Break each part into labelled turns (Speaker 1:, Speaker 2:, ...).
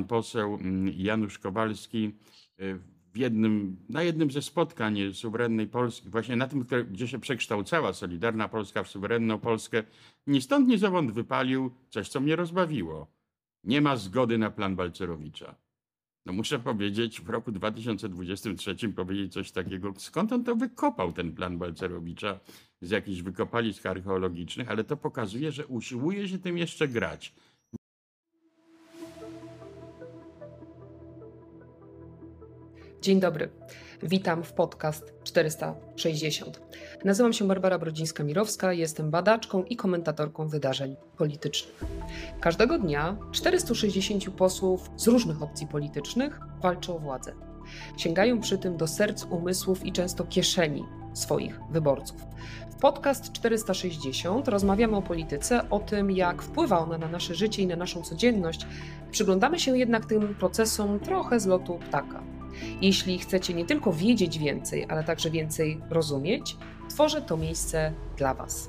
Speaker 1: poseł Janusz Kowalski na jednym ze spotkań suwerennej Polski, właśnie na tym, gdzie się przekształcała Solidarna Polska w suwerenną Polskę, ni stąd ni zowąd wypalił coś, co mnie rozbawiło. Nie ma zgody na plan Balcerowicza. No muszę powiedzieć, w roku 2023 powiedzieć coś takiego, skąd on to wykopał, ten plan Balcerowicza, z jakichś wykopalisk archeologicznych, ale to pokazuje, że usiłuje się tym jeszcze grać.
Speaker 2: Dzień dobry, witam w podcast 460. Nazywam się Barbara Brodzińska-Mirowska, jestem badaczką i komentatorką wydarzeń politycznych. Każdego dnia 460 posłów z różnych opcji politycznych walczy o władzę. Sięgają przy tym do serc, umysłów i często kieszeni swoich wyborców. W podcast 460 rozmawiamy o polityce, o tym, jak wpływa ona na nasze życie i na naszą codzienność. Przyglądamy się jednak tym procesom trochę z lotu ptaka. Jeśli chcecie nie tylko wiedzieć więcej, ale także więcej rozumieć, tworzę to miejsce dla Was.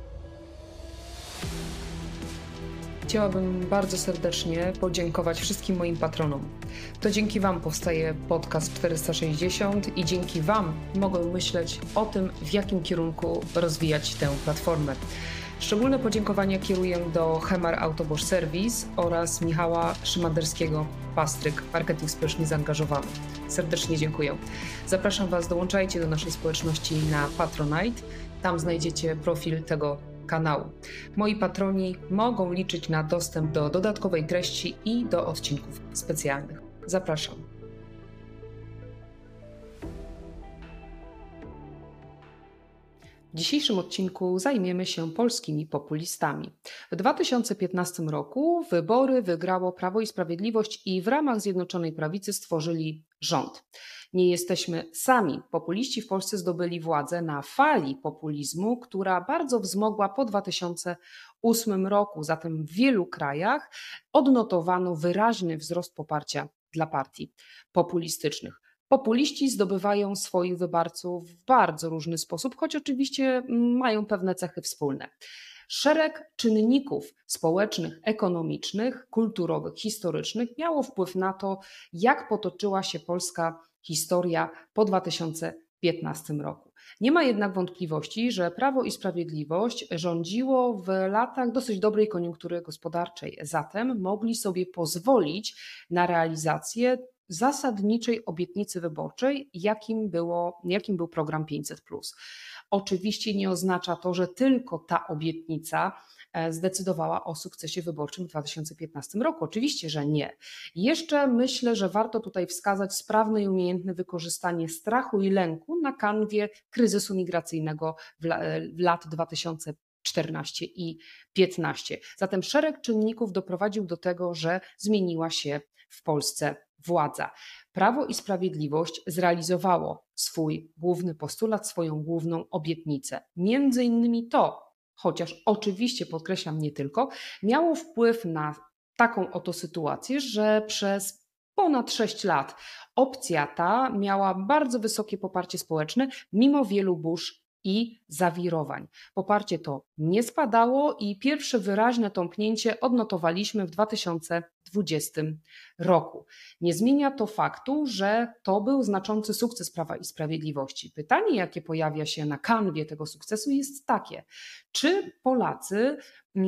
Speaker 2: Chciałabym bardzo serdecznie podziękować wszystkim moim patronom. To dzięki Wam powstaje podcast 460 i dzięki Wam mogę myśleć o tym, w jakim kierunku rozwijać tę platformę. Szczególne podziękowania kieruję do Hemar Autobosz Serwis oraz Michała Szymanderskiego, Pastryk, marketing społecznie zaangażowany. Serdecznie dziękuję. Zapraszam Was, dołączajcie do naszej społeczności na Patronite. Tam znajdziecie profil tego kanału. Moi patroni mogą liczyć na dostęp do dodatkowej treści i do odcinków specjalnych. Zapraszam. W dzisiejszym odcinku zajmiemy się polskimi populistami. W 2015 roku wybory wygrało Prawo i Sprawiedliwość i w ramach Zjednoczonej Prawicy stworzyli rząd. Nie jesteśmy sami. Populiści w Polsce zdobyli władzę na fali populizmu, która bardzo wzmogła po 2008 roku. Zatem w wielu krajach odnotowano wyraźny wzrost poparcia dla partii populistycznych. Populiści zdobywają swoich wyborców w bardzo różny sposób, choć oczywiście mają pewne cechy wspólne. Szereg czynników społecznych, ekonomicznych, kulturowych, historycznych miało wpływ na to, jak potoczyła się polska historia po 2015 roku. Nie ma jednak wątpliwości, że Prawo i Sprawiedliwość rządziło w latach dosyć dobrej koniunktury gospodarczej, zatem mogli sobie pozwolić na realizację zasadniczej obietnicy wyborczej, jakim był program 500+. Oczywiście nie oznacza to, że tylko ta obietnica zdecydowała o sukcesie wyborczym w 2015 roku. Oczywiście, że nie. Jeszcze myślę, że warto tutaj wskazać sprawne i umiejętne wykorzystanie strachu i lęku na kanwie kryzysu migracyjnego w lat 2014 i 2015. Zatem szereg czynników doprowadził do tego, że zmieniła się w Polsce władza. Prawo i Sprawiedliwość zrealizowało swój główny postulat, swoją główną obietnicę. Między innymi to, chociaż oczywiście podkreślam nie tylko, miało wpływ na taką oto sytuację, że przez ponad 6 lat opcja ta miała bardzo wysokie poparcie społeczne, mimo wielu burz i zawirowań. Poparcie to nie spadało i pierwsze wyraźne tąpnięcie odnotowaliśmy w 2020 roku. Nie zmienia to faktu, że to był znaczący sukces Prawa i Sprawiedliwości. Pytanie, jakie pojawia się na kanwie tego sukcesu, jest takie: czy Polacy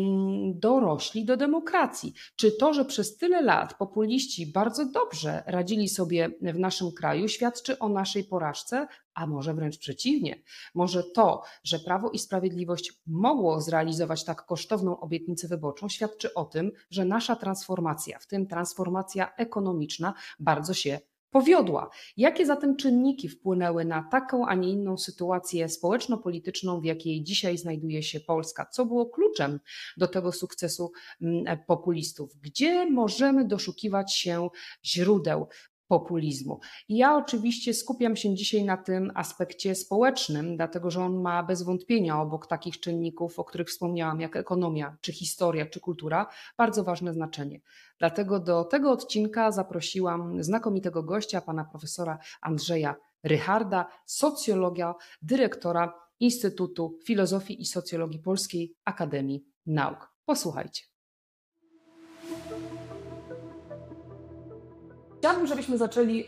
Speaker 2: dorośli do demokracji? Czy to, że przez tyle lat populiści bardzo dobrze radzili sobie w naszym kraju, świadczy o naszej porażce? A może wręcz przeciwnie. Może to, że Prawo i Sprawiedliwość mogło zrealizować tak kosztowną obietnicę wyborczą, świadczy o tym, że nasza transformacja, w tym transformacja ekonomiczna, bardzo się powiodła. Jakie zatem czynniki wpłynęły na taką, a nie inną sytuację społeczno-polityczną, w jakiej dzisiaj znajduje się Polska? Co było kluczem do tego sukcesu populistów? Gdzie możemy doszukiwać się źródeł populizmu? I ja oczywiście skupiam się dzisiaj na tym aspekcie społecznym, dlatego że on ma bez wątpienia obok takich czynników, o których wspomniałam, jak ekonomia, czy historia, czy kultura, bardzo ważne znaczenie. Dlatego do tego odcinka zaprosiłam znakomitego gościa, pana profesora Andrzeja Rycharda, socjologa, dyrektora Instytutu Filozofii i Socjologii Polskiej Akademii Nauk. Posłuchajcie. Chciałabym, żebyśmy zaczęli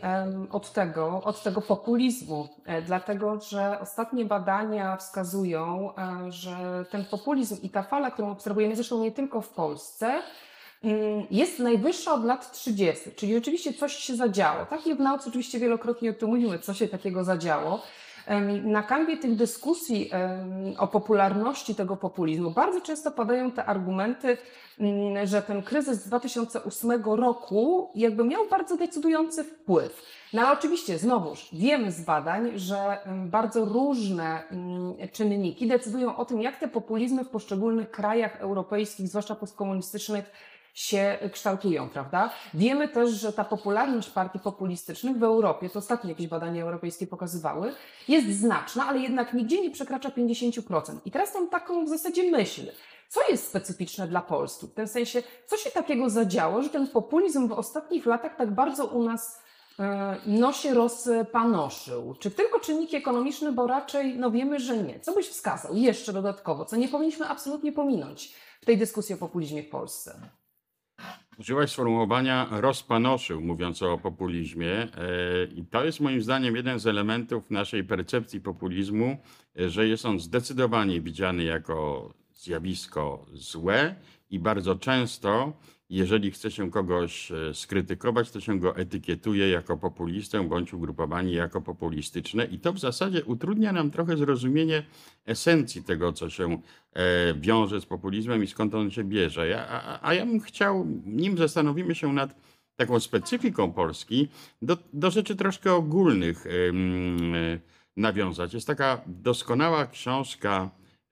Speaker 2: od tego populizmu, dlatego że ostatnie badania wskazują, że ten populizm i ta fala, którą obserwujemy, zresztą nie tylko w Polsce, jest najwyższa od lat 30, czyli rzeczywiście coś się zadziało. Tak, i w nauce oczywiście wielokrotnie o tym mówimy, co się takiego zadziało. Na kanwie tych dyskusji o popularności tego populizmu bardzo często padają te argumenty, że ten kryzys z 2008 roku jakby miał bardzo decydujący wpływ. No ale oczywiście, znowuż, wiemy z badań, że bardzo różne czynniki decydują o tym, jak te populizmy w poszczególnych krajach europejskich, zwłaszcza postkomunistycznych, się kształtują, prawda? Wiemy też, że ta popularność partii populistycznych w Europie, to ostatnie jakieś badania europejskie pokazywały, jest znaczna, ale jednak nigdzie nie przekracza 50%. I teraz mam taką w zasadzie myśl. Co jest specyficzne dla Polski? W tym sensie, co się takiego zadziało, że ten populizm w ostatnich latach tak bardzo u nas się rozpanoszył? Czy tylko czynniki ekonomiczne, bo raczej wiemy, że nie. Co byś wskazał jeszcze dodatkowo, co nie powinniśmy absolutnie pominąć w tej dyskusji o populizmie w Polsce?
Speaker 1: Użyłaś sformułowania rozpanoszył, mówiąc o populizmie. I to jest moim zdaniem jeden z elementów naszej percepcji populizmu, że jest on zdecydowanie widziany jako zjawisko złe i bardzo często, jeżeli chce się kogoś skrytykować, to się go etykietuje jako populistę bądź ugrupowanie jako populistyczne. I to w zasadzie utrudnia nam trochę zrozumienie esencji tego, co się wiąże z populizmem i skąd on się bierze. Ja bym chciał, nim zastanowimy się nad taką specyfiką Polski, do rzeczy troszkę ogólnych nawiązać. Jest taka doskonała książka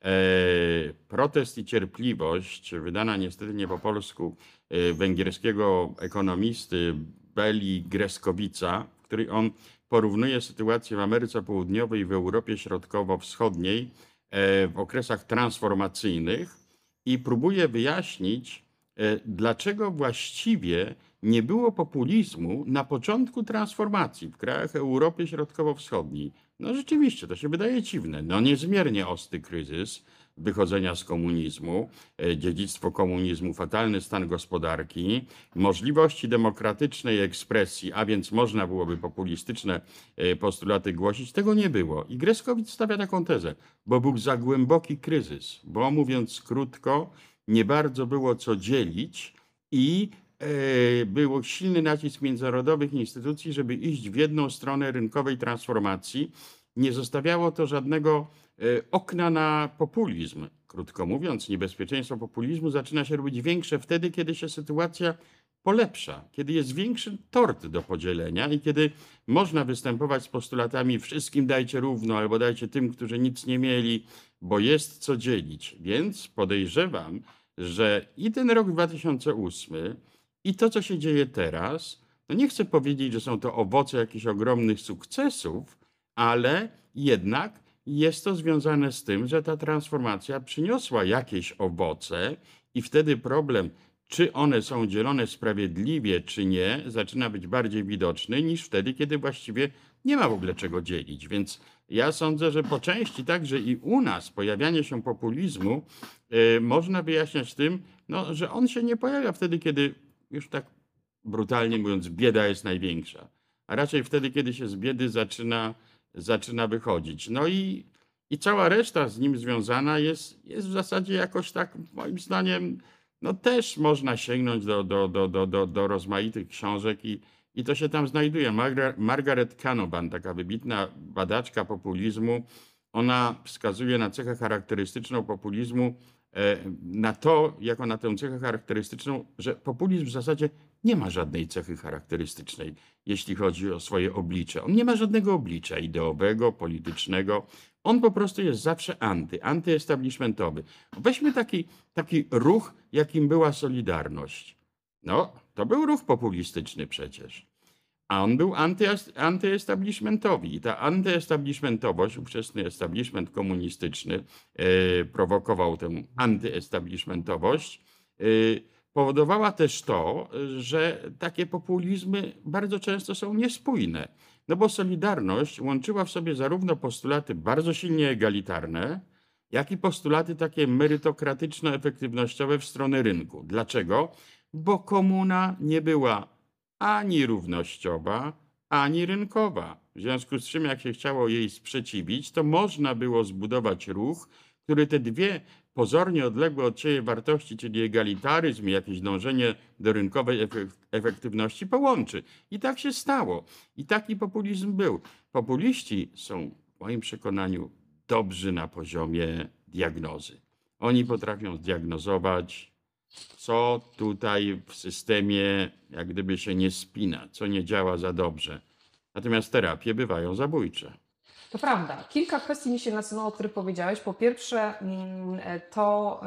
Speaker 1: Protest i cierpliwość, wydana niestety nie po polsku, węgierskiego ekonomisty Beli Greskovica, w której on porównuje sytuację w Ameryce Południowej i w Europie Środkowo-Wschodniej w okresach transformacyjnych i próbuje wyjaśnić, dlaczego właściwie nie było populizmu na początku transformacji w krajach Europy Środkowo-Wschodniej. No rzeczywiście, to się wydaje dziwne. No niezmiernie ostry kryzys wychodzenia z komunizmu, dziedzictwo komunizmu, fatalny stan gospodarki, możliwości demokratycznej ekspresji, a więc można byłoby populistyczne postulaty głosić, tego nie było. I Greskowicz stawia taką tezę, bo był za głęboki kryzys, bo mówiąc krótko, nie bardzo było co dzielić i był silny nacisk międzynarodowych instytucji, żeby iść w jedną stronę rynkowej transformacji. Nie zostawiało to żadnego okna na populizm. Krótko mówiąc, niebezpieczeństwo populizmu zaczyna się robić większe wtedy, kiedy się sytuacja polepsza, kiedy jest większy tort do podzielenia i kiedy można występować z postulatami wszystkim dajcie równo albo dajcie tym, którzy nic nie mieli, bo jest co dzielić. Więc podejrzewam, że i ten rok 2008 i to, co się dzieje teraz, no nie chcę powiedzieć, że są to owoce jakichś ogromnych sukcesów, ale jednak jest to związane z tym, że ta transformacja przyniosła jakieś owoce i wtedy problem, czy one są dzielone sprawiedliwie, czy nie, zaczyna być bardziej widoczny niż wtedy, kiedy właściwie nie ma w ogóle czego dzielić. Więc ja sądzę, że po części także i u nas pojawianie się populizmu można wyjaśniać tym, że on się nie pojawia wtedy, kiedy już tak brutalnie mówiąc, bieda jest największa, a raczej wtedy, kiedy się z biedy zaczyna wychodzić. No i cała reszta z nim związana jest w zasadzie jakoś tak, moim zdaniem, no też można sięgnąć do rozmaitych książek i to się tam znajduje. Margaret Canavan, taka wybitna badaczka populizmu, ona wskazuje na cechę charakterystyczną populizmu, na to, jako na tę cechę charakterystyczną, że populizm w zasadzie nie ma żadnej cechy charakterystycznej, jeśli chodzi o swoje oblicze. On nie ma żadnego oblicza ideowego, politycznego. On po prostu jest zawsze antyestablishmentowy. Weźmy taki ruch, jakim była Solidarność. No, to był ruch populistyczny przecież. A on był antyestablishmentowy. I ta antyestablishmentowość, ówczesny establishment komunistyczny prowokował tę antyestablishmentowość, powodowała też to, że takie populizmy bardzo często są niespójne. No bo Solidarność łączyła w sobie zarówno postulaty bardzo silnie egalitarne, jak i postulaty takie merytokratyczno-efektywnościowe w stronę rynku. Dlaczego? Bo komuna nie była ani równościowa, ani rynkowa. W związku z czym, jak się chciało jej sprzeciwić, to można było zbudować ruch, który te dwie pozornie odległe od siebie wartości, czyli egalitaryzm i jakieś dążenie do rynkowej efektywności, połączy. I tak się stało. I taki populizm był. Populiści są, w moim przekonaniu, dobrzy na poziomie diagnozy. Oni potrafią zdiagnozować, co tutaj w systemie jak gdyby się nie spina, co nie działa za dobrze. Natomiast terapie bywają zabójcze.
Speaker 2: To prawda. Kilka kwestii mi się nasunęło, o których powiedziałeś. Po pierwsze, to,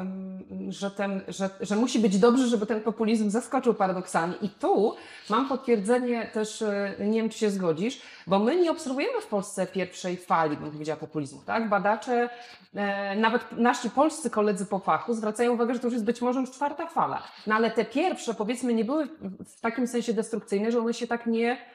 Speaker 2: że musi być dobrze, żeby ten populizm zaskoczył paradoksalnie. I tu mam potwierdzenie też, nie wiem, czy się zgodzisz, bo my nie obserwujemy w Polsce pierwszej fali, bym powiedziała, populizmu. Tak? Badacze, nawet nasi polscy koledzy po fachu zwracają uwagę, że to już jest być może już czwarta fala. No ale te pierwsze, powiedzmy, nie były w takim sensie destrukcyjne, że one się tak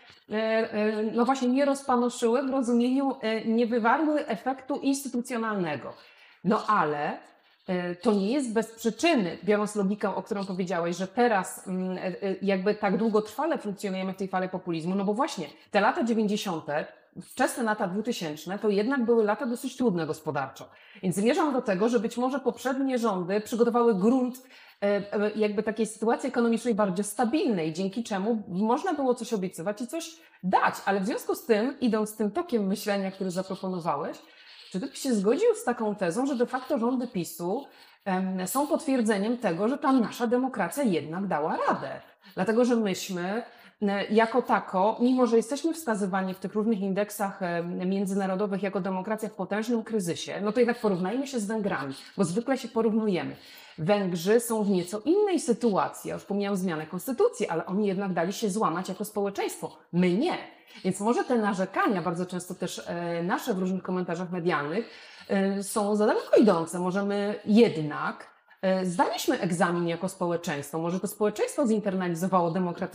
Speaker 2: no właśnie nie rozpanoszyły w rozumieniu, nie wywarły efektu instytucjonalnego. No ale to nie jest bez przyczyny, biorąc logikę, o którą powiedziałeś, że teraz jakby tak długotrwale funkcjonujemy w tej fali populizmu, no bo właśnie te lata 90., wczesne lata 2000 to jednak były lata dosyć trudne gospodarczo. Więc zmierzam do tego, że być może poprzednie rządy przygotowały grunt jakby takiej sytuacji ekonomicznej bardziej stabilnej, dzięki czemu można było coś obiecywać i coś dać. Ale w związku z tym, idąc tym tokiem myślenia, który zaproponowałeś, czy ty byś się zgodził z taką tezą, że de facto rządy PiS-u są potwierdzeniem tego, że ta nasza demokracja jednak dała radę? Dlatego, że myśmy jako tako, mimo że jesteśmy wskazywani w tych różnych indeksach międzynarodowych jako demokracja w potężnym kryzysie, no to jednak porównajmy się z Węgrami, bo zwykle się porównujemy. Węgrzy są w nieco innej sytuacji. Ja już pomijam zmianę konstytucji, ale oni jednak dali się złamać jako społeczeństwo. My nie. Więc może te narzekania, bardzo często też nasze w różnych komentarzach medialnych, są za daleko idące. Może my jednak zdaliśmy egzamin jako społeczeństwo. Może to społeczeństwo zinternalizowało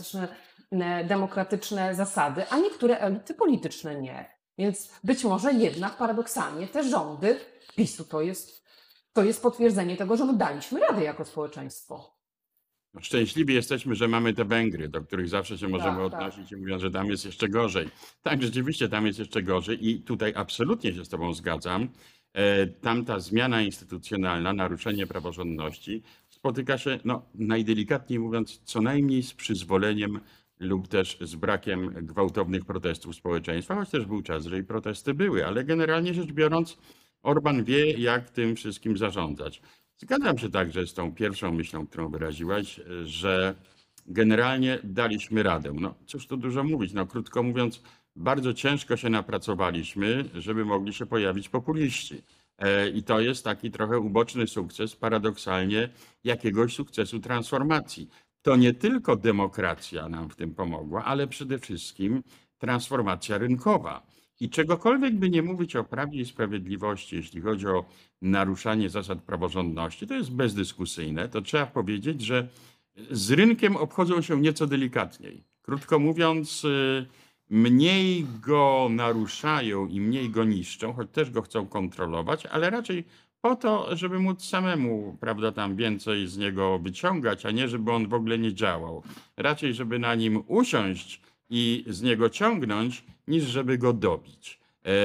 Speaker 2: demokratyczne zasady, a niektóre elity polityczne nie. Więc być może jednak paradoksalnie te rządy PiS-u to jest potwierdzenie tego, że my daliśmy radę jako społeczeństwo.
Speaker 1: Szczęśliwi jesteśmy, że mamy te Węgry, do których zawsze się możemy odnosić i mówiąc, że tam jest jeszcze gorzej. Tak, rzeczywiście tam jest jeszcze gorzej i tutaj absolutnie się z tobą zgadzam. Tamta zmiana instytucjonalna, naruszenie praworządności spotyka się, no, najdelikatniej mówiąc, co najmniej z przyzwoleniem lub też z brakiem gwałtownych protestów społeczeństwa, choć też był czas, że i protesty były, ale generalnie rzecz biorąc, Orbán wie, jak tym wszystkim zarządzać. Zgadzam się także z tą pierwszą myślą, którą wyraziłaś, że generalnie daliśmy radę. No cóż tu dużo mówić, no krótko mówiąc, bardzo ciężko się napracowaliśmy, żeby mogli się pojawić populiści. I to jest taki trochę uboczny sukces, paradoksalnie, jakiegoś sukcesu transformacji. To nie tylko demokracja nam w tym pomogła, ale przede wszystkim transformacja rynkowa. I czegokolwiek by nie mówić o Prawie i Sprawiedliwości, jeśli chodzi o naruszanie zasad praworządności, to jest bezdyskusyjne. To trzeba powiedzieć, że z rynkiem obchodzą się nieco delikatniej. Krótko mówiąc, mniej go naruszają i mniej go niszczą, choć też go chcą kontrolować, ale raczej po to, żeby móc samemu, prawda, tam więcej z niego wyciągać, a nie żeby on w ogóle nie działał. Raczej, żeby na nim usiąść i z niego ciągnąć, niż żeby go dobić.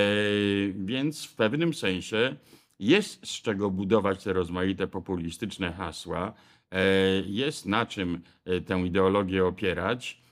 Speaker 1: Więc w pewnym sensie jest z czego budować te rozmaite populistyczne hasła, jest na czym tę ideologię opierać.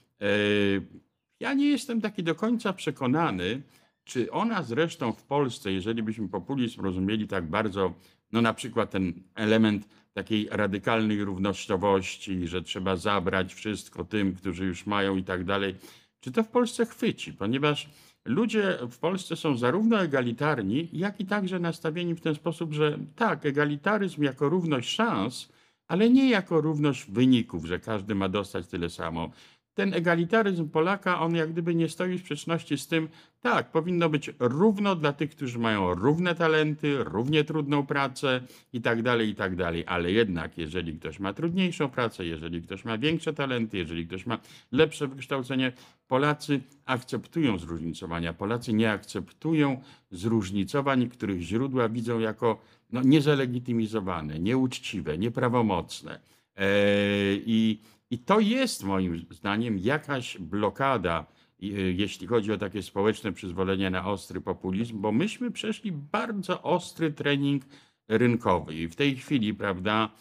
Speaker 1: Ja nie jestem taki do końca przekonany, czy ona zresztą w Polsce, jeżeli byśmy populizm rozumieli tak bardzo, no na przykład ten element takiej radykalnej równościowości, że trzeba zabrać wszystko tym, którzy już mają i tak dalej, czy to w Polsce chwyci, ponieważ ludzie w Polsce są zarówno egalitarni, jak i także nastawieni w ten sposób, że tak, egalitaryzm jako równość szans, ale nie jako równość wyników, że każdy ma dostać tyle samo. Ten egalitaryzm Polaka, on jak gdyby nie stoi w sprzeczności z tym, tak, powinno być równo dla tych, którzy mają równe talenty, równie trudną pracę i tak dalej, ale jednak jeżeli ktoś ma trudniejszą pracę, jeżeli ktoś ma większe talenty, jeżeli ktoś ma lepsze wykształcenie, Polacy akceptują zróżnicowania. Polacy nie akceptują zróżnicowań, których źródła widzą jako niezalegitymizowane, nieuczciwe, nieprawomocne. I I to jest moim zdaniem jakaś blokada, jeśli chodzi o takie społeczne przyzwolenie na ostry populizm, bo myśmy przeszli bardzo ostry trening rynkowy i w tej chwili, prawda,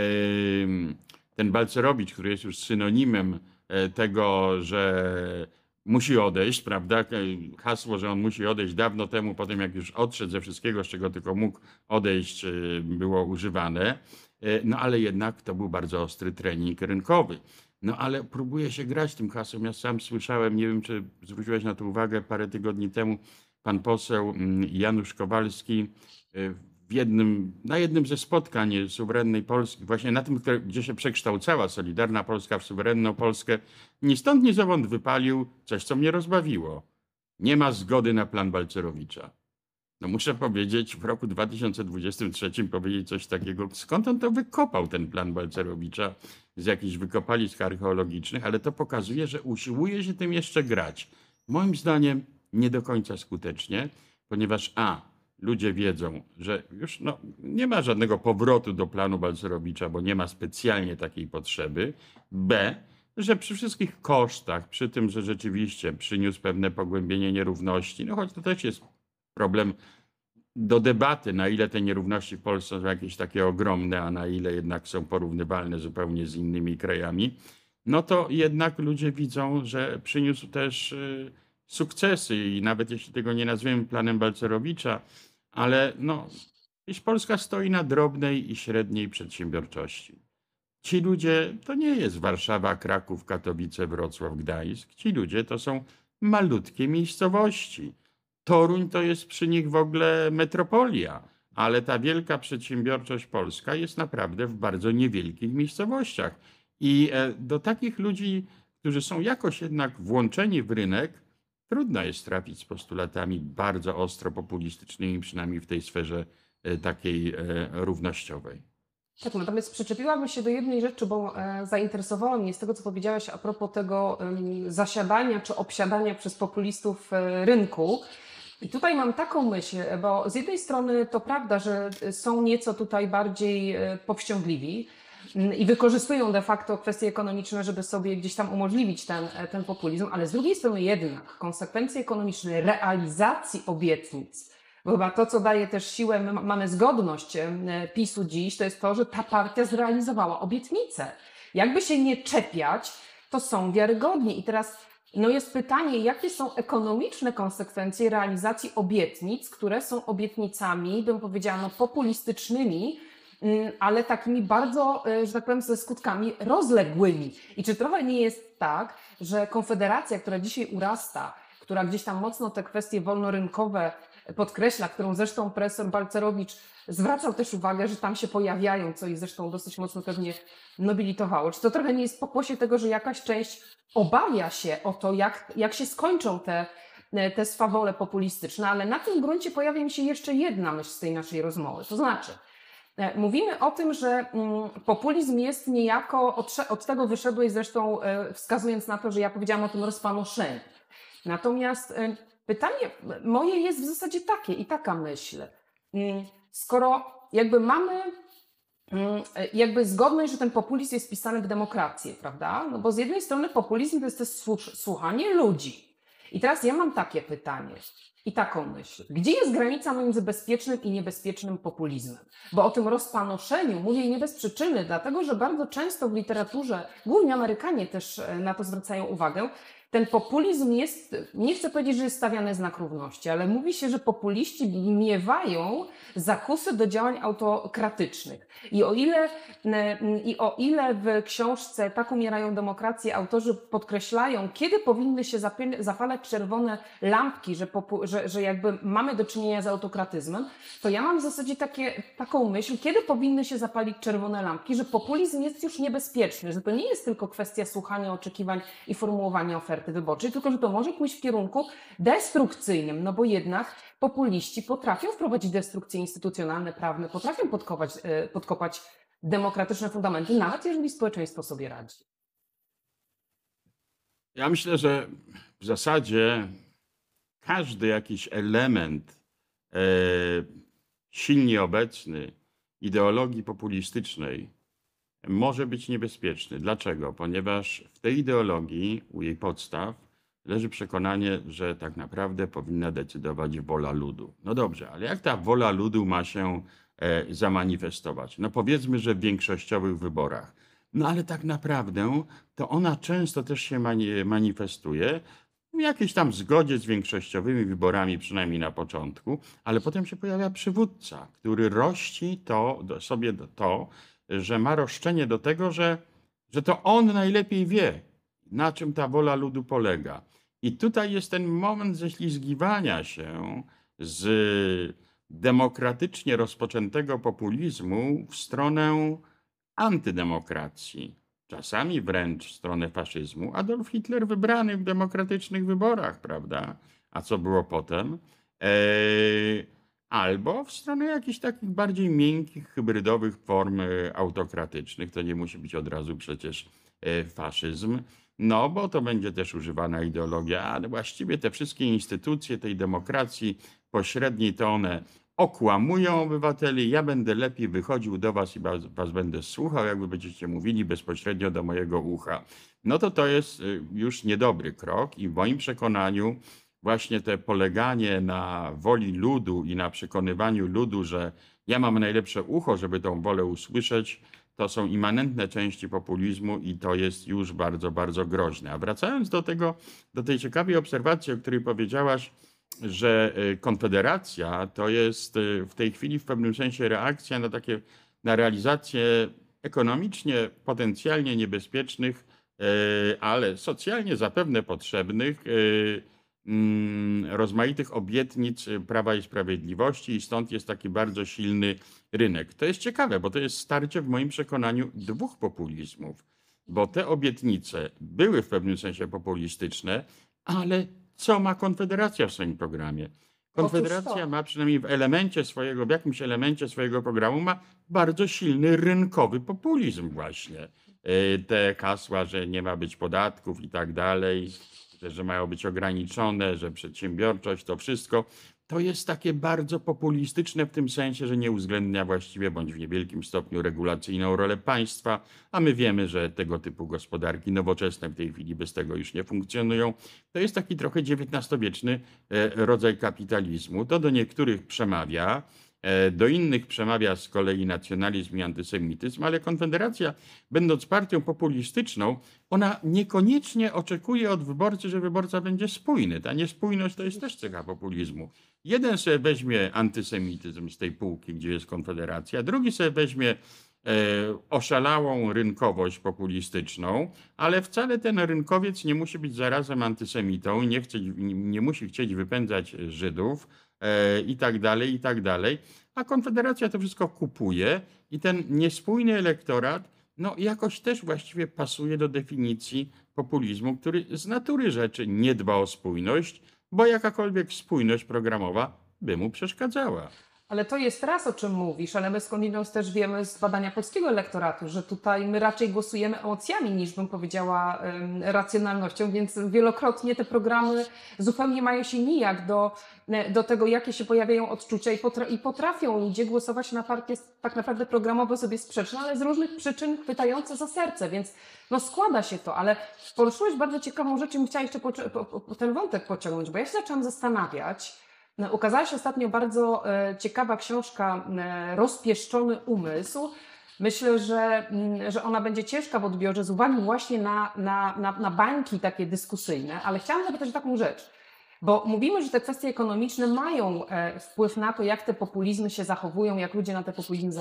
Speaker 1: ten Balcerowicz, który jest już synonimem tego, że musi odejść, prawda? Hasło, że on musi odejść dawno temu, po tym jak już odszedł ze wszystkiego, z czego tylko mógł odejść, było używane. No ale jednak to był bardzo ostry trening rynkowy. No ale próbuje się grać tym hasłem. Ja sam słyszałem, nie wiem czy zwróciłeś na to uwagę, parę tygodni temu pan poseł Janusz Kowalski na jednym ze spotkań suwerennej Polski, właśnie na tym, gdzie się przekształcała Solidarna Polska w suwerenną Polskę, ni stąd ni zowąd wypalił coś, co mnie rozbawiło. Nie ma zgody na plan Balcerowicza. No muszę powiedzieć, w roku 2023 powiedzieć coś takiego, skąd on to wykopał, ten plan Balcerowicza, z jakichś wykopalisk archeologicznych, ale to pokazuje, że usiłuje się tym jeszcze grać. Moim zdaniem nie do końca skutecznie, ponieważ ludzie wiedzą, że już nie ma żadnego powrotu do planu Balcerowicza, bo nie ma specjalnie takiej potrzeby. Że przy wszystkich kosztach, przy tym, że rzeczywiście przyniósł pewne pogłębienie nierówności, no choć to też jest problem do debaty, na ile te nierówności w Polsce są jakieś takie ogromne, a na ile jednak są porównywalne zupełnie z innymi krajami, no to jednak ludzie widzą, że przyniósł też sukcesy i nawet jeśli tego nie nazwiemy planem Balcerowicza, ale dziś Polska stoi na drobnej i średniej przedsiębiorczości. Ci ludzie to nie jest Warszawa, Kraków, Katowice, Wrocław, Gdańsk. Ci ludzie to są malutkie miejscowości. Toruń to jest przy nich w ogóle metropolia, ale ta wielka przedsiębiorczość polska jest naprawdę w bardzo niewielkich miejscowościach. I do takich ludzi, którzy są jakoś jednak włączeni w rynek, trudno jest trafić z postulatami bardzo ostro populistycznymi, przynajmniej w tej sferze takiej równościowej.
Speaker 2: Tak, natomiast przyczepiłabym się do jednej rzeczy, bo zainteresowało mnie z tego, co powiedziałaś a propos tego zasiadania czy obsiadania przez populistów rynku. I tutaj mam taką myśl, bo z jednej strony to prawda, że są nieco tutaj bardziej powściągliwi i wykorzystują de facto kwestie ekonomiczne, żeby sobie gdzieś tam umożliwić ten populizm, ale z drugiej strony jednak konsekwencje ekonomiczne realizacji obietnic, bo chyba to, co daje też siłę, my mamy zgodność PiS-u dziś, to jest to, że ta partia zrealizowała obietnice. Jakby się nie czepiać, to są wiarygodni. I teraz jest pytanie, jakie są ekonomiczne konsekwencje realizacji obietnic, które są obietnicami, bym powiedziała, populistycznymi, ale takimi bardzo, że tak powiem, ze skutkami rozległymi. I czy trochę nie jest tak, że Konfederacja, która dzisiaj urasta, która gdzieś tam mocno te kwestie wolnorynkowe podkreśla, którą zresztą profesor Balcerowicz zwracał też uwagę, że tam się pojawiają, co ich zresztą dosyć mocno pewnie nobilitowało. Czy to trochę nie jest pokłosie tego, że jakaś część obawia się o to, jak się skończą te swawole populistyczne, ale na tym gruncie pojawia mi się jeszcze jedna myśl z tej naszej rozmowy. To znaczy, mówimy o tym, że populizm jest niejako, od tego wyszedłeś zresztą wskazując na to, że ja powiedziałam o tym rozpanoszeniu. Natomiast pytanie moje jest w zasadzie takie i taka myśl. Skoro jakby mamy zgodność, że ten populizm jest wpisany w demokrację, prawda? No bo z jednej strony populizm to jest też słuchanie ludzi. I teraz ja mam takie pytanie i taką myśl. Gdzie jest granica między bezpiecznym i niebezpiecznym populizmem? Bo o tym rozpanoszeniu mówię nie bez przyczyny, dlatego że bardzo często w literaturze, głównie Amerykanie też na to zwracają uwagę, ten populizm jest, nie chcę powiedzieć, że jest stawiany znak równości, ale mówi się, że populiści miewają zakusy do działań autokratycznych. I o ile w książce Tak umierają demokracje autorzy podkreślają, kiedy powinny się zapalać czerwone lampki, że jakby mamy do czynienia z autokratyzmem, to ja mam w zasadzie taką myśl, kiedy powinny się zapalić czerwone lampki, że populizm jest już niebezpieczny, że to nie jest tylko kwestia słuchania oczekiwań i formułowania oferty wyborczej, tylko że to może pójść w kierunku destrukcyjnym, no bo jednak populiści potrafią wprowadzić destrukcje instytucjonalne, prawne, potrafią podkopać demokratyczne fundamenty, nawet jeżeli społeczeństwo sobie radzi.
Speaker 1: Ja myślę, że w zasadzie każdy jakiś element silnie obecny ideologii populistycznej może być niebezpieczny. Dlaczego? Ponieważ w tej ideologii, u jej podstaw, leży przekonanie, że tak naprawdę powinna decydować wola ludu. No dobrze, ale jak ta wola ludu ma się zamanifestować? No powiedzmy, że w większościowych wyborach. No ale tak naprawdę to ona często też się manifestuje w jakiejś tam zgodzie z większościowymi wyborami, przynajmniej na początku, ale potem się pojawia przywódca, który rości sobie to, że ma roszczenie do tego, że to on najlepiej wie, na czym ta wola ludu polega. I tutaj jest ten moment ześlizgiwania się z demokratycznie rozpoczętego populizmu w stronę antydemokracji, czasami wręcz w stronę faszyzmu. Adolf Hitler wybrany w demokratycznych wyborach, prawda? A co było potem? Albo w stronę jakichś takich bardziej miękkich, hybrydowych form autokratycznych. To nie musi być od razu przecież faszyzm. No, bo to będzie też używana ideologia, ale właściwie te wszystkie instytucje tej demokracji pośredniej, to one okłamują obywateli. Ja będę lepiej wychodził do was i was będę słuchał, jakby będziecie mówili bezpośrednio do mojego ucha. No to jest już niedobry krok i w moim przekonaniu właśnie te poleganie na woli ludu i na przekonywaniu ludu, że ja mam najlepsze ucho, żeby tą wolę usłyszeć, to są immanentne części populizmu i to jest już bardzo, bardzo groźne. A wracając do tej ciekawej obserwacji, o której powiedziałaś, że Konfederacja to jest w tej chwili w pewnym sensie reakcja na realizację ekonomicznie potencjalnie niebezpiecznych, ale socjalnie zapewne potrzebnych rozmaitych obietnic Prawa i Sprawiedliwości i stąd jest taki bardzo silny rynek. To jest ciekawe, bo to jest starcie w moim przekonaniu dwóch populizmów, bo te obietnice były w pewnym sensie populistyczne, ale co ma Konfederacja w swoim programie? Konfederacja ma przynajmniej w jakimś elemencie swojego programu ma bardzo silny rynkowy populizm właśnie. Te hasła, że nie ma być podatków i tak dalej, że mają być ograniczone, że przedsiębiorczość, to wszystko, to jest takie bardzo populistyczne w tym sensie, że nie uwzględnia właściwie bądź w niewielkim stopniu regulacyjną rolę państwa, a my wiemy, że tego typu gospodarki nowoczesne w tej chwili bez tego już nie funkcjonują. To jest taki trochę XIX-wieczny rodzaj kapitalizmu. To do niektórych przemawia, do innych przemawia z kolei nacjonalizm i antysemityzm, ale Konfederacja, będąc partią populistyczną, ona niekoniecznie oczekuje od wyborcy, że wyborca będzie spójny. Ta niespójność to jest też cecha populizmu. Jeden sobie weźmie antysemityzm z tej półki, gdzie jest Konfederacja, drugi sobie weźmie oszalałą rynkowość populistyczną, ale wcale ten rynkowiec nie musi być zarazem antysemitą, nie musi chcieć wypędzać Żydów i tak dalej, i tak dalej. A Konfederacja to wszystko kupuje i ten niespójny elektorat no jakoś też właściwie pasuje do definicji populizmu, który z natury rzeczy nie dba o spójność, bo jakakolwiek spójność programowa by mu przeszkadzała.
Speaker 2: Ale to jest raz, o czym mówisz, ale my skądinąd też wiemy z badania polskiego elektoratu, że tutaj my raczej głosujemy emocjami niż, bym powiedziała, racjonalnością, więc wielokrotnie te programy zupełnie mają się nijak do tego, jakie się pojawiają odczucia i potrafią ludzie głosować na partie tak naprawdę programowo sobie sprzeczne, ale z różnych przyczyn chwytające za serce, więc no składa się to, ale poruszyłeś bardzo ciekawą rzecz i bym chciała jeszcze ten wątek pociągnąć, bo ja się zaczęłam zastanawiać. Ukazała się ostatnio bardzo ciekawa książka Rozpieszczony umysł. Myślę, że ona będzie ciężka w odbiorze z uwagi właśnie na bańki takie dyskusyjne, ale chciałam zapytać o taką rzecz, bo mówimy, że te kwestie ekonomiczne mają wpływ na to, jak te populizmy się zachowują, jak ludzie na te populizmy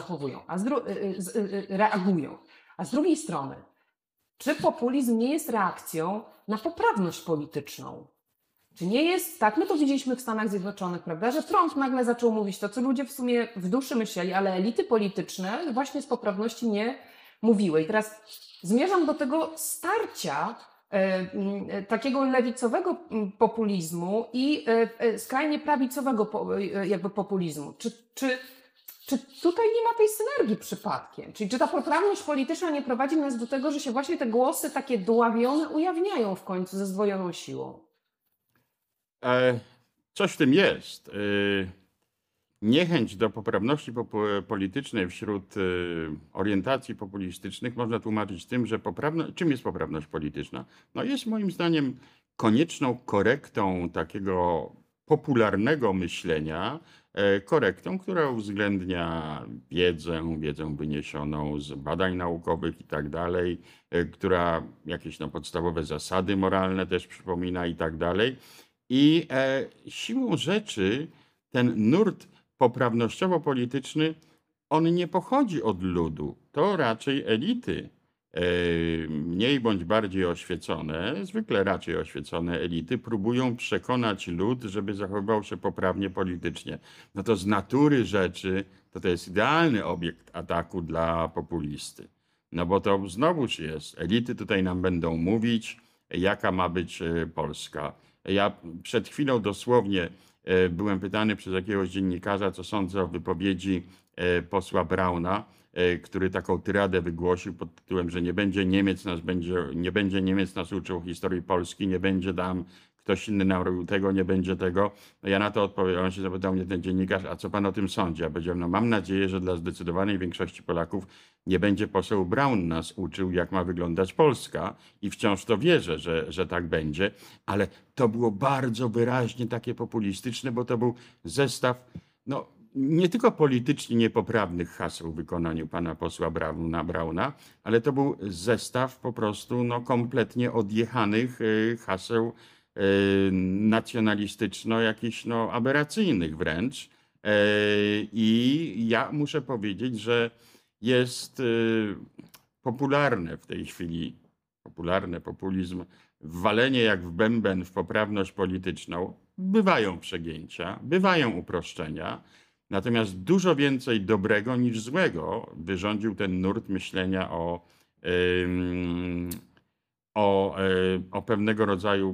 Speaker 2: reagują. A z drugiej strony, czy populizm nie jest reakcją na poprawność polityczną? Czy nie jest tak, my to widzieliśmy w Stanach Zjednoczonych, prawda, że Trump nagle zaczął mówić to, co ludzie w sumie w duszy myśleli, ale elity polityczne właśnie z poprawności nie mówiły. I teraz zmierzam do tego starcia takiego lewicowego populizmu i skrajnie prawicowego jakby populizmu. Czy tutaj nie ma tej synergii przypadkiem? Czyli czy ta poprawność polityczna nie prowadzi nas do tego, że się właśnie te głosy takie dławione ujawniają w końcu ze zdwojoną siłą?
Speaker 1: Coś w tym jest. niechęć do poprawności politycznej wśród orientacji populistycznych można tłumaczyć tym, że czym jest poprawność polityczna? No jest moim zdaniem konieczną korektą takiego popularnego myślenia, korektą, która uwzględnia wiedzę wyniesioną z badań naukowych i tak dalej, która jakieś podstawowe zasady moralne też przypomina i tak dalej. I siłą rzeczy ten nurt poprawnościowo-polityczny, on nie pochodzi od ludu. To raczej elity, mniej bądź bardziej oświecone, zwykle raczej oświecone elity, próbują przekonać lud, żeby zachowywał się poprawnie politycznie. No to z natury rzeczy to jest idealny obiekt ataku dla populisty. No bo to znowuż jest, elity tutaj nam będą mówić, jaka ma być Polska. Ja przed chwilą dosłownie byłem pytany przez jakiegoś dziennikarza, co sądzę o wypowiedzi posła Brauna, który taką tyradę wygłosił pod tytułem, że nie będzie Niemiec nas uczył historii Polski, nie będzie tam ktoś inny nam robił tego, nie będzie tego. No ja na to odpowiedziałem, on się zapytał mnie ten dziennikarz, a co pan o tym sądzi? Ja powiedziałem, no mam nadzieję, że dla zdecydowanej większości Polaków nie będzie poseł Braun nas uczył, jak ma wyglądać Polska i wciąż to wierzę, że tak będzie, ale to było bardzo wyraźnie takie populistyczne, bo to był zestaw, no nie tylko politycznie niepoprawnych haseł w wykonaniu pana posła Brauna, ale to był zestaw po prostu kompletnie odjechanych haseł nacjonalistyczno, jakichś aberracyjnych wręcz. I ja muszę powiedzieć, że jest popularne w tej chwili, populizm, walenie jak w bęben w poprawność polityczną. Bywają przegięcia, bywają uproszczenia, natomiast dużo więcej dobrego niż złego wyrządził ten nurt myślenia o pewnego rodzaju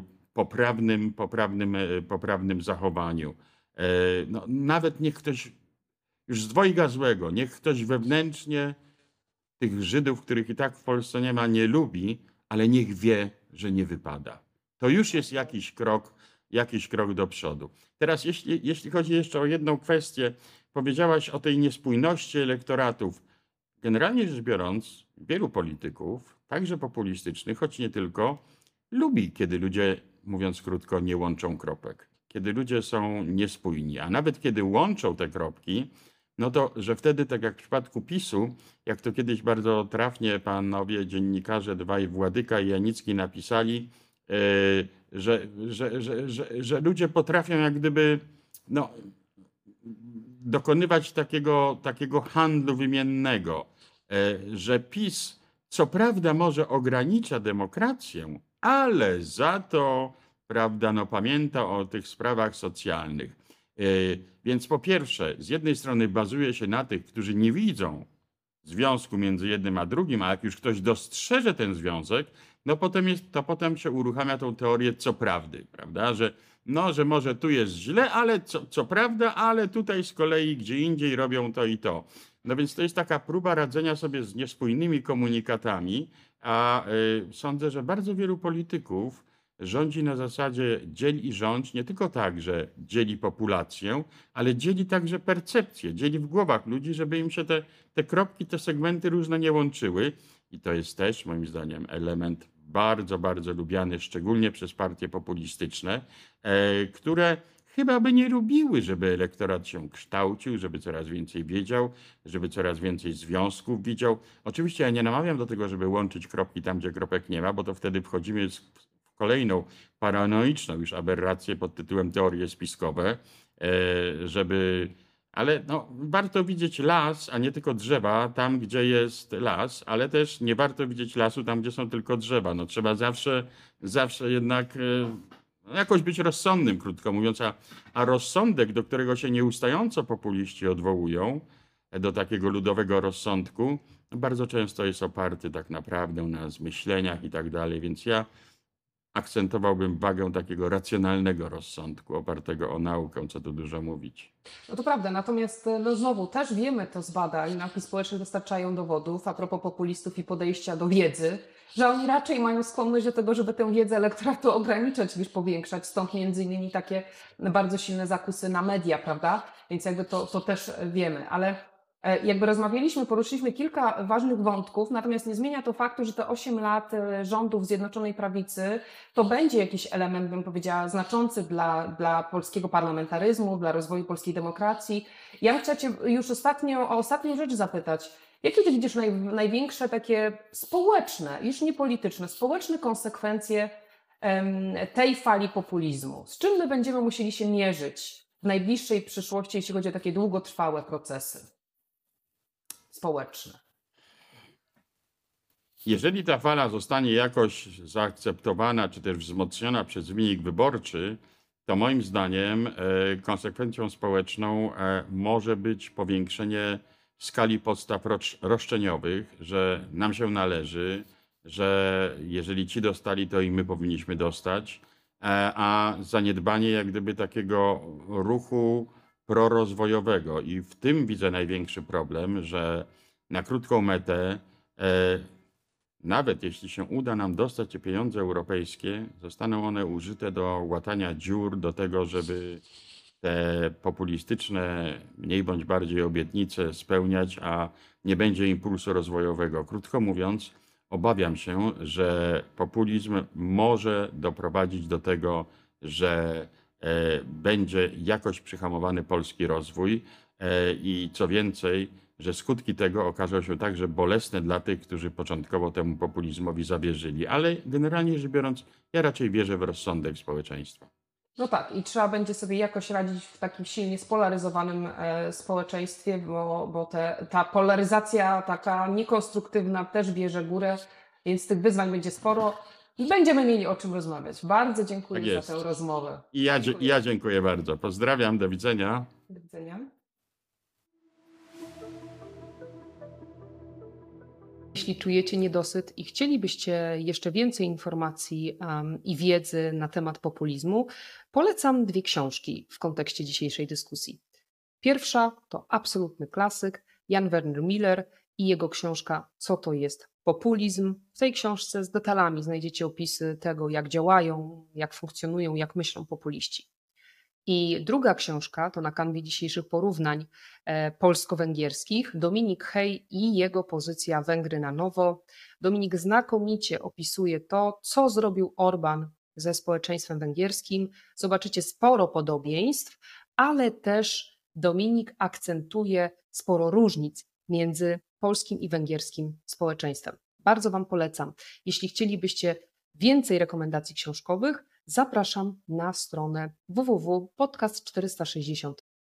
Speaker 1: poprawnym zachowaniu. No, nawet niech ktoś już z dwojga złego, niech ktoś wewnętrznie tych Żydów, których i tak w Polsce nie ma, nie lubi, ale niech wie, że nie wypada. To już jest jakiś krok do przodu. Teraz jeśli chodzi jeszcze o jedną kwestię, powiedziałaś o tej niespójności elektoratów. Generalnie rzecz biorąc, wielu polityków, także populistycznych, choć nie tylko, lubi, kiedy ludzie, mówiąc krótko, nie łączą kropek. Kiedy ludzie są niespójni, a nawet kiedy łączą te kropki, no to, że wtedy, tak jak w przypadku PiS-u, jak to kiedyś bardzo trafnie panowie dziennikarze dwaj, Władyka i Janicki, napisali, że ludzie potrafią jak gdyby dokonywać takiego handlu wymiennego, że PiS co prawda może ogranicza demokrację, ale za to, prawda, pamięta o tych sprawach socjalnych. Więc po pierwsze, z jednej strony bazuje się na tych, którzy nie widzą związku między jednym a drugim, a jak już ktoś dostrzeże ten związek, no potem się uruchamia tą teorię co prawdy, prawda, że może tu jest źle, ale co prawda, ale tutaj z kolei gdzie indziej robią to i to. No więc to jest taka próba radzenia sobie z niespójnymi komunikatami, a sądzę, że bardzo wielu polityków rządzi na zasadzie dziel i rządź, nie tylko tak, że dzieli populację, ale dzieli także percepcję, dzieli w głowach ludzi, żeby im się te kropki, te segmenty różne nie łączyły. I to jest też moim zdaniem element bardzo, bardzo lubiany, szczególnie przez partie populistyczne, które chyba by nie lubiły, żeby elektorat się kształcił, żeby coraz więcej wiedział, żeby coraz więcej związków widział. Oczywiście ja nie namawiam do tego, żeby łączyć kropki tam, gdzie kropek nie ma, bo to wtedy wchodzimy w kolejną paranoiczną już aberrację pod tytułem teorie spiskowe, ale warto widzieć las, a nie tylko drzewa tam, gdzie jest las, ale też nie warto widzieć lasu tam, gdzie są tylko drzewa. No, trzeba zawsze jednak jakoś być rozsądnym, krótko mówiąc, a rozsądek, do którego się nieustająco populiści odwołują, do takiego ludowego rozsądku, bardzo często jest oparty tak naprawdę na zmyśleniach i tak dalej, więc ja akcentowałbym wagę takiego racjonalnego rozsądku, opartego o naukę, co tu dużo mówić.
Speaker 2: No to prawda, natomiast znowu też wiemy to z badań, nauki społeczne dostarczają dowodów a propos populistów i podejścia do wiedzy, że oni raczej mają skłonność do tego, żeby tę wiedzę elektoratu ograniczać niż powiększać. Stąd między innymi takie bardzo silne zakusy na media, prawda? Więc jakby to też wiemy, ale jakby rozmawialiśmy, poruszyliśmy kilka ważnych wątków, natomiast nie zmienia to faktu, że te 8 lat rządów Zjednoczonej Prawicy to będzie jakiś element, bym powiedziała, znaczący dla polskiego parlamentaryzmu, dla rozwoju polskiej demokracji. Ja bym chciała Cię już o ostatnią rzecz zapytać. Jakie Ty widzisz największe takie społeczne, już nie polityczne, społeczne konsekwencje tej fali populizmu? Z czym my będziemy musieli się mierzyć w najbliższej przyszłości, jeśli chodzi o takie długotrwałe procesy społeczne?
Speaker 1: Jeżeli ta fala zostanie jakoś zaakceptowana, czy też wzmocniona przez wynik wyborczy, to moim zdaniem konsekwencją społeczną może być powiększenie skali podstaw roszczeniowych, że nam się należy, że jeżeli ci dostali, to i my powinniśmy dostać, a zaniedbanie jak gdyby takiego ruchu prorozwojowego. I w tym widzę największy problem, że na krótką metę, nawet jeśli się uda nam dostać te pieniądze europejskie, zostaną one użyte do łatania dziur, do tego, żeby te populistyczne, mniej bądź bardziej obietnice spełniać, a nie będzie impulsu rozwojowego. Krótko mówiąc, obawiam się, że populizm może doprowadzić do tego, że będzie jakoś przyhamowany polski rozwój i co więcej, że skutki tego okażą się także bolesne dla tych, którzy początkowo temu populizmowi zawierzyli. Ale generalnie rzecz biorąc, ja raczej wierzę w rozsądek społeczeństwa.
Speaker 2: No tak, i trzeba będzie sobie jakoś radzić w takim silnie spolaryzowanym społeczeństwie, bo ta polaryzacja taka niekonstruktywna też bierze górę, więc tych wyzwań będzie sporo i będziemy mieli o czym rozmawiać. Bardzo dziękuję za tę rozmowę.
Speaker 1: I ja dziękuję bardzo. Pozdrawiam, do widzenia.
Speaker 2: Do widzenia. Jeśli czujecie niedosyt i chcielibyście jeszcze więcej informacji i wiedzy na temat populizmu, polecam 2 książki w kontekście dzisiejszej dyskusji. Pierwsza to absolutny klasyk, Jan Werner Miller i jego książka Co to jest populizm. W tej książce z detalami znajdziecie opisy tego, jak działają, jak funkcjonują, jak myślą populiści. I druga książka to na kanwie dzisiejszych porównań polsko-węgierskich Dominik Hey i jego pozycja Węgry na nowo. Dominik znakomicie opisuje to, co zrobił Orbán ze społeczeństwem węgierskim. Zobaczycie sporo podobieństw, ale też Dominik akcentuje sporo różnic między polskim i węgierskim społeczeństwem. Bardzo Wam polecam. Jeśli chcielibyście więcej rekomendacji książkowych, zapraszam na stronę www.podcast460.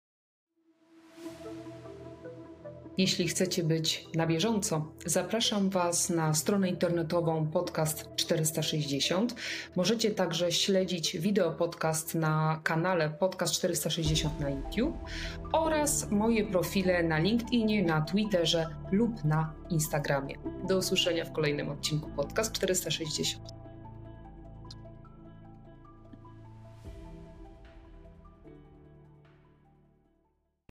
Speaker 2: Jeśli chcecie być na bieżąco, zapraszam Was na stronę internetową Podcast 460. Możecie także śledzić wideopodcast na kanale Podcast 460 na YouTube oraz moje profile na LinkedInie, na Twitterze lub na Instagramie. Do usłyszenia w kolejnym odcinku Podcast 460.